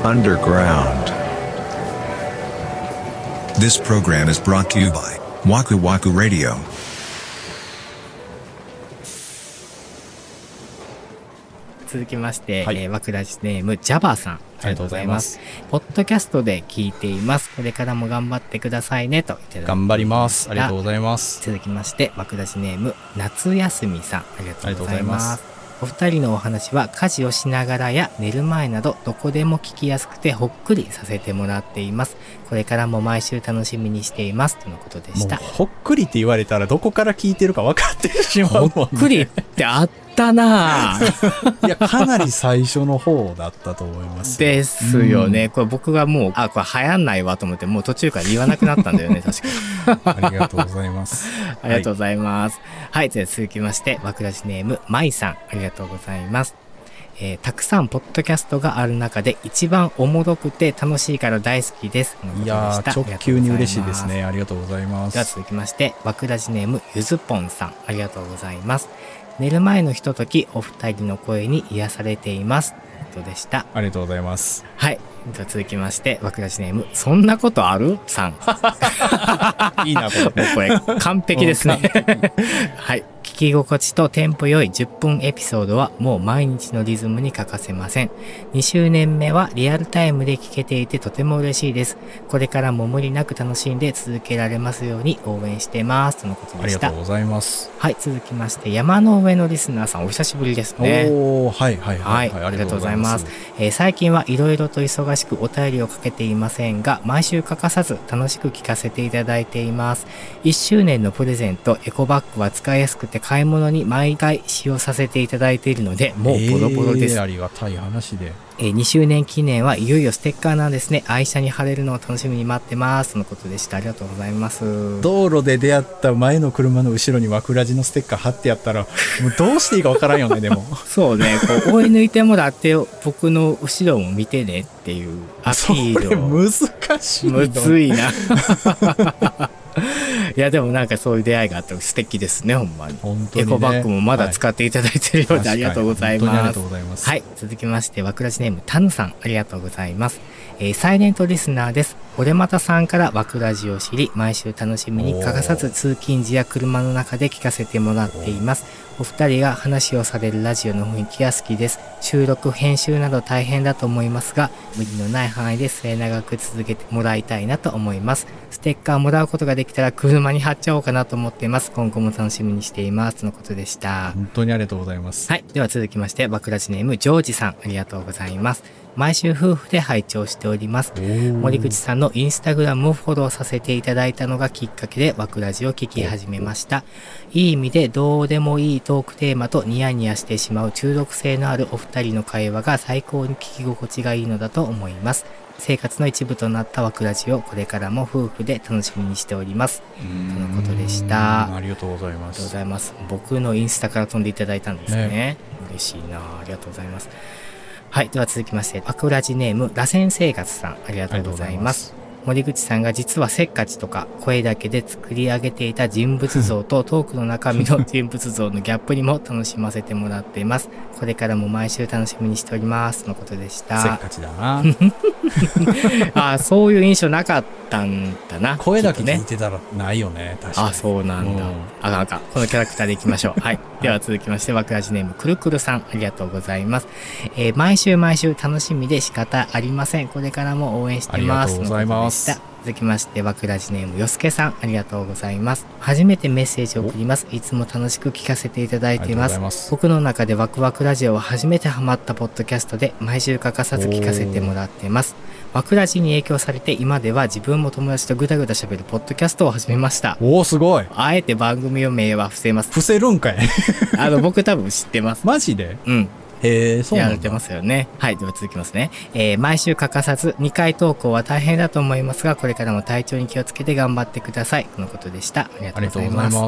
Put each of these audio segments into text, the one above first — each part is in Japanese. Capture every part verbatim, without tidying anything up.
underground. This program is brought to you by Waku Waku Radio. 続きまして、 はい、 えー、わくらじネームジャバーさん、ありがとうございます。ポッドキャストで聞いています。これからも頑張ってくださいねといただいて、 頑張ります。ありがとうございます。 続きましてわくらじネーム夏休みさん、ありがとうございます。お二人のお話は家事をしながらや寝る前などどこでも聞きやすくてほっくりさせてもらっています。これからも毎週楽しみにしていますとのことでした。 もうほっくりって言われたらどこから聞いてるか分かってしまうもんね。 ほっくりってあったなぁ。 いや、かなり最初の方だったと思いますですよね、うん、これ僕がもうあこれ流行んないわと思ってもう途中から言わなくなったんだよね確かに。ありがとうございますありがとうございます。はい、はい、じゃあ続きましてわくらじネームまいさん、ありがとうございます。えー、たくさんポッドキャストがある中で一番おもろくて楽しいから大好きです。 いやー直球に嬉しいですね。ありがとうございます。 では続きましてわくらじネームゆずぽんさん、ありがとうございます。寝る前のひとときお二人の声に癒されていますとでした。 ありがとうございます。 はい、では続きましてわくらじネームそんなことあるさん。 いいなこれ。 もうこれ完璧ですね。はい、聞き心地とテンポ良いじゅっぷんエピソードはもう毎日のリズムに欠かせません。にしゅうねんめはリアルタイムで聞けていてとても嬉しいです。これからも無理なく楽しんで続けられますように応援してますとのことでした。 ありがとうございます。 はい、続きまして山の上のリスナーさん、お久しぶりですね。 おー、はいはいはい、 はい、ありがとうございます。えー、最近はいろいろと忙しくお便りをかけていませんが毎週欠かさず楽しく聞かせていただいています。いっしゅうねんのプレゼントエコバッグは使いやすくて買い物に毎回使用させていただいているのでもうボロボロです。 えー、ありがたい話で、 えー、にしゅうねん記念はいよいよステッカーなんですね。愛車に貼れるのを楽しみに待ってますとのことでした。ありがとうございます。 道路で出会った前の車の後ろにわくらじのステッカー貼ってやったらもうどうしていいかわからんよね。でもそうね、こう追い抜いてもらって僕の後ろも見てねっていうアピールを。 それ難しいの。 むずいな。いやでもなんかそういう出会いがあって素敵ですね。ほんまに本当に、ね、 エコバッグもまだ使っていただいているようで、はい、ありがとうございます。 本当にありがとうございます。 はい、続きましてわくらじネームタヌさん、ありがとうございます。えー、サイレントリスナーです。これまたさんからわくらじを知り毎週楽しみに欠かさず通勤時や車の中で聞かせてもらっています。お二人が話をされるラジオの雰囲気が好きです。収録編集など大変だと思いますが無理のない範囲で末永く続けてもらいたいなと思います。ステッカーもらうことができたら車に貼っちゃおうかなと思っています。今後も楽しみにしていますとのことでした。 本当にありがとうございます。 はい、では続きましてわくらじネームジョージさん、ありがとうございます。毎週夫婦で拝聴しております。森口さんのインスタグラムをフォローさせていただいたのがきっかけでわくらじを聞き始めました。いい意味でどうでもいいトークテーマとニヤニヤしてしまう中毒性のあるお二人の会話が最高に聞き心地がいいのだと思います。生活の一部となったわくらじをこれからも夫婦で楽しみにしておりますとのことでした。 ありがとうございます。 ありがとうございます。僕のインスタから飛んでいただいたんですね。ね、嬉しいな。ありがとうございます。はい、では続きましてわくらじネーム螺旋生活さん、ありがとうございます。森口さんが実はせっかちとか声だけで作り上げていた人物像とトークの中身の人物像のギャップにも楽しませてもらっています。これからも毎週楽しみにしておりますとのことでした。 せっかちだな。 あ、そういう印象なかったんだな。 声だけ聞いてたらないよね。確かに。 あ、そうなんだ。あかんあかん。このキャラクターでいきましょう。はい。では続きましてわくらじネームくるくるさん、ありがとうございます。えー、毎週毎週楽しみで仕方ありません。これからも応援しています。 ありがとうございます。 続きましてわくらじネームよすけさん、ありがとうございます。初めてメッセージを送ります。いつも楽しく聞かせていただいています。ます僕の中でワクワクラジオは初めてハマったポッドキャストで毎週欠かさず聞かせてもらっています。わくらじに影響されて今では自分も友達とぐだぐだ喋るポッドキャストを始めました。 おー、すごい。 あえて番組を名は伏せます。 伏せるんかい。 あの僕多分知ってます。 マジで？ うん。 へー、そうなんだ。 やられてますよね。はい、では続きますね。えー、毎週欠かさずにかい投稿は大変だと思いますがこれからも体調に気をつけて頑張ってくださいとのことでした。ありがとうございます。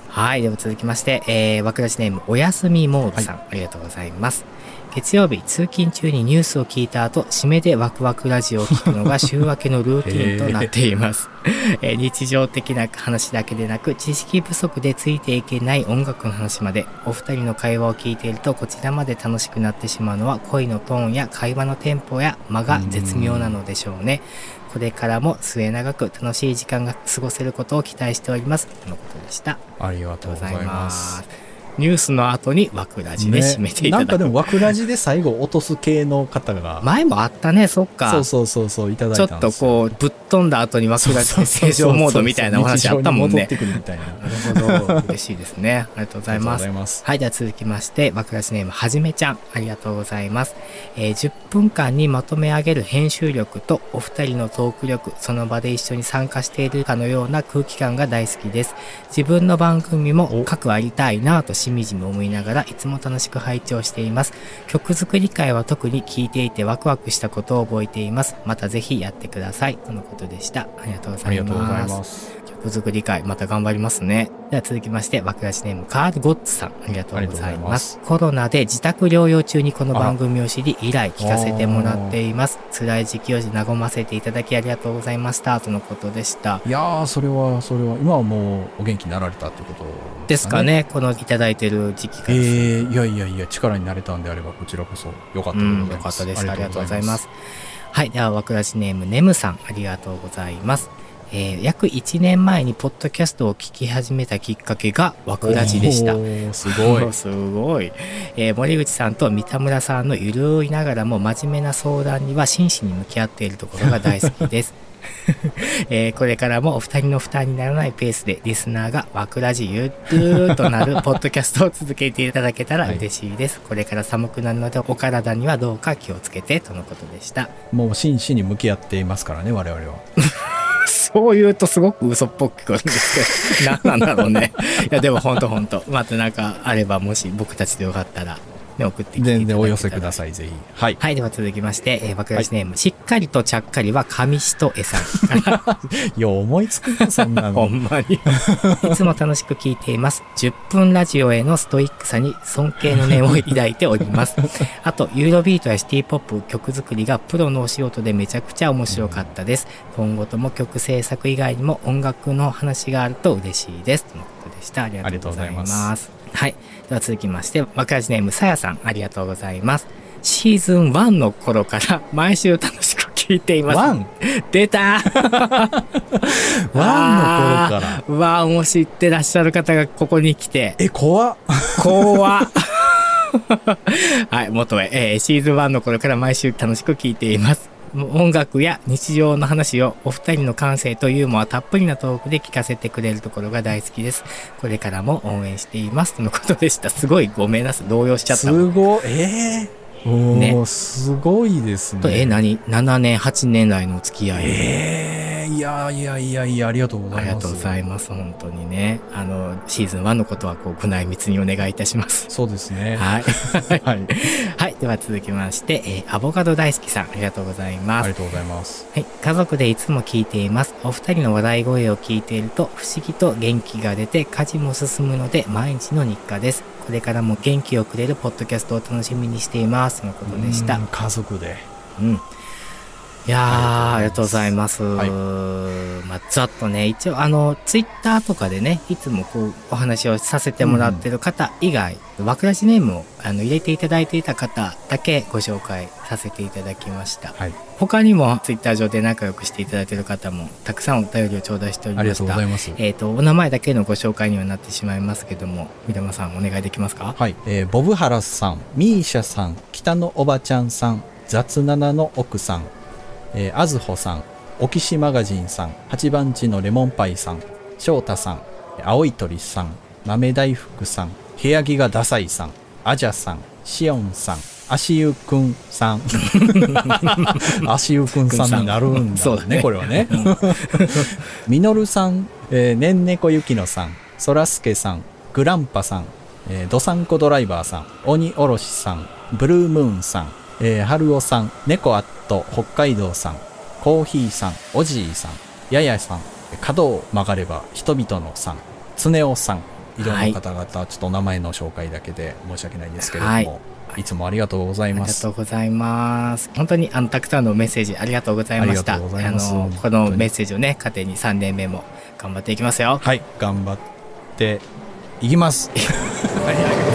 はい。では続きまして、えー、わくらじネーム、おやすみモードさん、はい、ありがとうございます。月曜日、通勤中にニュースを聞いた後、締めでワクワクラジオを聞くのが週明けのルーティンとなっています。えー、日常的な話だけでなく、知識不足でついていけない音楽の話まで、お二人の会話を聞いていると、こちらまで楽しくなってしまうのは、声のトーンや会話のテンポや間が絶妙なのでしょうね。これからも末永く楽しい時間が過ごせることを期待しております。とのことでした。 ありがとうございます。 ニュースの後にワクラジで締めていただく、ね、なんかでもワクラジで最後落とす系の方が前もあったね。そっか、 そうそうそうそう、いただいたんですよ。 ちょっとこうぶっ飛んだ後にワクラジで正常モードみたいなお話あったもんね。 日常に戻ってくるみたいな。 なるほど、嬉しいですね。ありがとうございます。ますはい、では続きましてワクラジネームはじめちゃん、ありがとうございます。えー、じゅっぷんかんにまとめ上げる編集力とお二人のトーク力、その場で一緒に参加しているかのような空気感が大好きです。自分の番組も各ありたいなぁとしみじみ思いながらいつも楽しく拝聴しています。曲作り会は特に聞いていてワクワクしたことを覚えています。またぜひやってください、とのことでした。ありがとうございます。ありがとうございます。曲作り会また頑張りますね。では続きましてワクラジネームカードゴッツさん、ありがとうございます。コロナで自宅療養中にこの番組を知り以来聞かせてもらっています。辛い時期を和ませていただきありがとうございました、とのことでした。 いやー、それはそれは今はもうお元気になられたってことですかね。このいただいてる時期から。 えー、いやいやいや、力になれたんであればこちらこそよかったでございます。うん、よかったです。ありがとうございます。はい、ではワクラジネームネムさん、ありがとうございます。えー、約いちねんまえにポッドキャストを聞き始めたきっかけがワクラジでした。 すごいすごい、えー、森口さんと三田村さんのゆるいながらも真面目な相談には真摯に向き合っているところが大好きですえー、これからもお二人の負担にならないペースでリスナーがワクラジゆるーとなるポッドキャストを続けていただけたら嬉しいです、はい、これから寒くなるのでお体にはどうか気をつけて、とのことでした。 もう真摯に向き合っていますからね、我々はそう言うとすごく嘘っぽく聞こえるんですけど何なんだろうね。いやでも本当本当またなんかあれば、もし僕たちでよかったらね、送ってきていただけたら。全然お寄せください、ぜひ。はい。 はい、では続きまして、えー、ワクラジネーム、はい、しっかりとちゃっかりは上人絵さん。 いや、思いつくか、そんなの。 ほんまに。いつも楽しく聞いています。じゅっぷんラジオへのストイックさに尊敬の念を抱いております。あと、ユーロビートやシティポップ曲作りがプロのお仕事でめちゃくちゃ面白かったです。今後とも曲制作以外にも音楽の話があると嬉しいです。とのことでした。ありがとうございます。ありがとうございます。はい。では続きまして、ワクラジネームさやさん、ありがとうございます。シーズンワンの頃から毎週楽しく聞いています。 ワン出たワンの頃からワンを知ってらっしゃる方がここに来て。 え、怖っ怖っはい、元へ、えー、シーズンワンの頃から毎週楽しく聞いています。音楽や日常の話をお二人の感性とユーモアたっぷりなトークで聞かせてくれるところが大好きです。これからも応援しています、とのことでした。すごいごめんなさい、動揺しちゃった。 すごい、えー、おー、ね、すごいですね。 え、何ななねんはちねん来のお付き合い。 えー、いやいやいやいや、ありがとうございます。 ありがとうございます。本当にね、あのシーズンワンのことはこう具内密にお願いいたします。 そうですね。 はいはい、はい、では続きまして、えー、アボカド大好きさん、ありがとうございます。 ありがとうございます。 はい、家族でいつも聞いています。お二人の笑い声を聞いていると不思議と元気が出て家事も進むので毎日の日課です。これからも元気をくれるポッドキャストを楽しみにしています、とのことでした。 家族で、 うん、いやー、ありがとうございます。はい、まあ、ざっとね、一応あのツイッターとかでね、いつもこうお話をさせてもらってる方以外、うん、ワクラジネームをあの入れていただいていた方だけご紹介させていただきました。はい、他にもツイッター上で仲良くしていただいている方もたくさんお便りを頂戴しておりました。 ありがとうございます。 えっとお名前だけのご紹介にはなってしまいますけども、三山さんお願いできますか？ はい、えー、ボブハラスさん、ミーシャさん、北のおばちゃんさん、雑七の奥さん、えー、あずほさん、オキシマガジンさん、八番地のレモンパイさん、翔太さん、青い鳥さん、豆大福さん、部屋着がダサいさん、アジャさん、シオンさん、足湯くんさん足湯くんさんになるんだね、だねこれはねみのるさん、えー、ねんねこゆきのさん、そらすけさん、グランパさん、えー、どさんこドライバーさん、鬼おろしさん、ブルームーンさん、えー、はるおさん、猫アット北海道さん、コーヒーさん、おじいさん、ややさん、角を曲がれば人々のさん、つねおさん、 医療の方々、はい、ちょっとお名前の紹介だけで申し訳ないんですけれども、はい、いつもありがとうございます。 ありがとうございます。本当にあのたくさんのメッセージありがとうございました。ありがとうございます。あのこのメッセージをね糧にさんねんめも頑張っていきますよ。 はい、頑張っていきます。